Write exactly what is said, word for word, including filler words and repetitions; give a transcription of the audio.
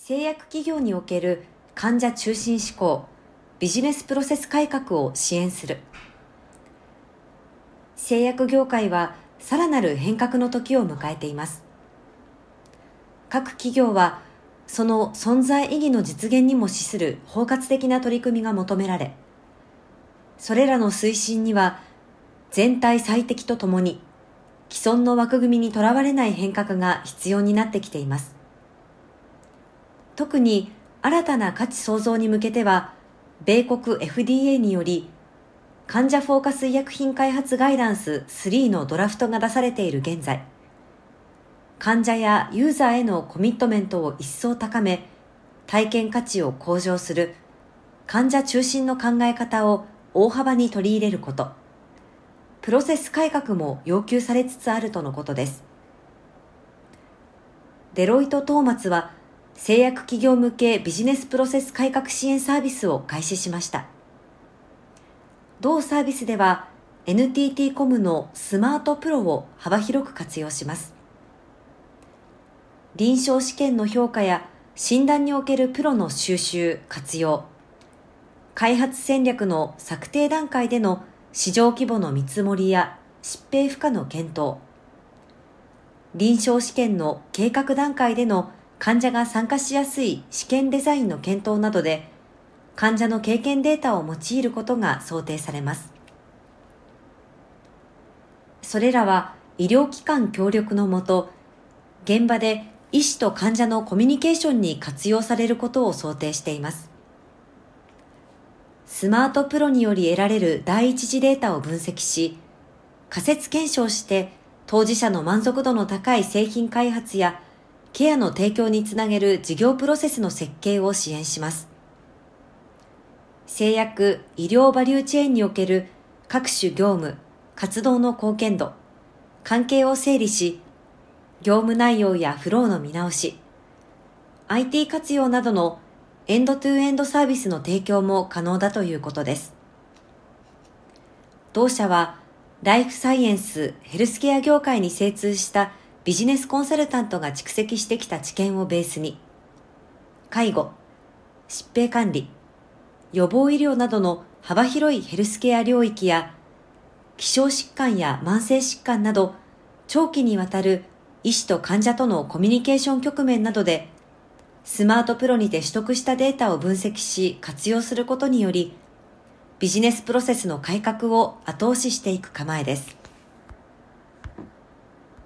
製薬企業における患者中心思考、ビジネスプロセス改革を支援する。製薬業界はさらなる変革の時を迎えています。各企業はその存在意義の実現にも資する包括的な取り組みが求められ、それらの推進には全体最適とともに既存の枠組みにとらわれない変革が必要になってきています。特に新たな価値創造に向けては、米国 エフディーエー により患者フォーカス医薬品開発ガイダンススリーのドラフトが出されている現在、患者やユーザーへのコミットメントを一層高め、体験価値を向上する患者中心の考え方を大幅に取り入れること、プロセス改革も要求されつつあるとのことです。デロイトトーマツは製薬企業向けビジネスプロセス改革支援サービスを開始しました。同サービスでは エヌティーティー コムのスマートプロを幅広く活用します。臨床試験の評価や診断におけるプロの収集・活用、開発戦略の策定段階での市場規模の見積もりや疾病負荷の検討、臨床試験の計画段階での患者が参加しやすい試験デザインの検討などで、患者の経験データを用いることが想定されます。それらは医療機関協力のもと、現場で医師と患者のコミュニケーションに活用されることを想定しています。スマートプロにより得られる第一次データを分析し、仮説検証して当事者の満足度の高い製品開発やケアの提供につなげる事業プロセスの設計を支援します。製薬・医療バリューチェーンにおける各種業務・活動の貢献度、関係を整理し、業務内容やフローの見直し、アイティー 活用などのエンドトゥエンドサービスの提供も可能だということです。同社はライフサイエンス・ヘルスケア業界に精通したビジネスコンサルタントが蓄積してきた知見をベースに、介護、疾病管理、予防医療などの幅広いヘルスケア領域や、希少疾患や慢性疾患など長期にわたる医師と患者とのコミュニケーション局面などで、スマートプロにて取得したデータを分析し活用することにより、ビジネスプロセスの改革を後押ししていく構えです。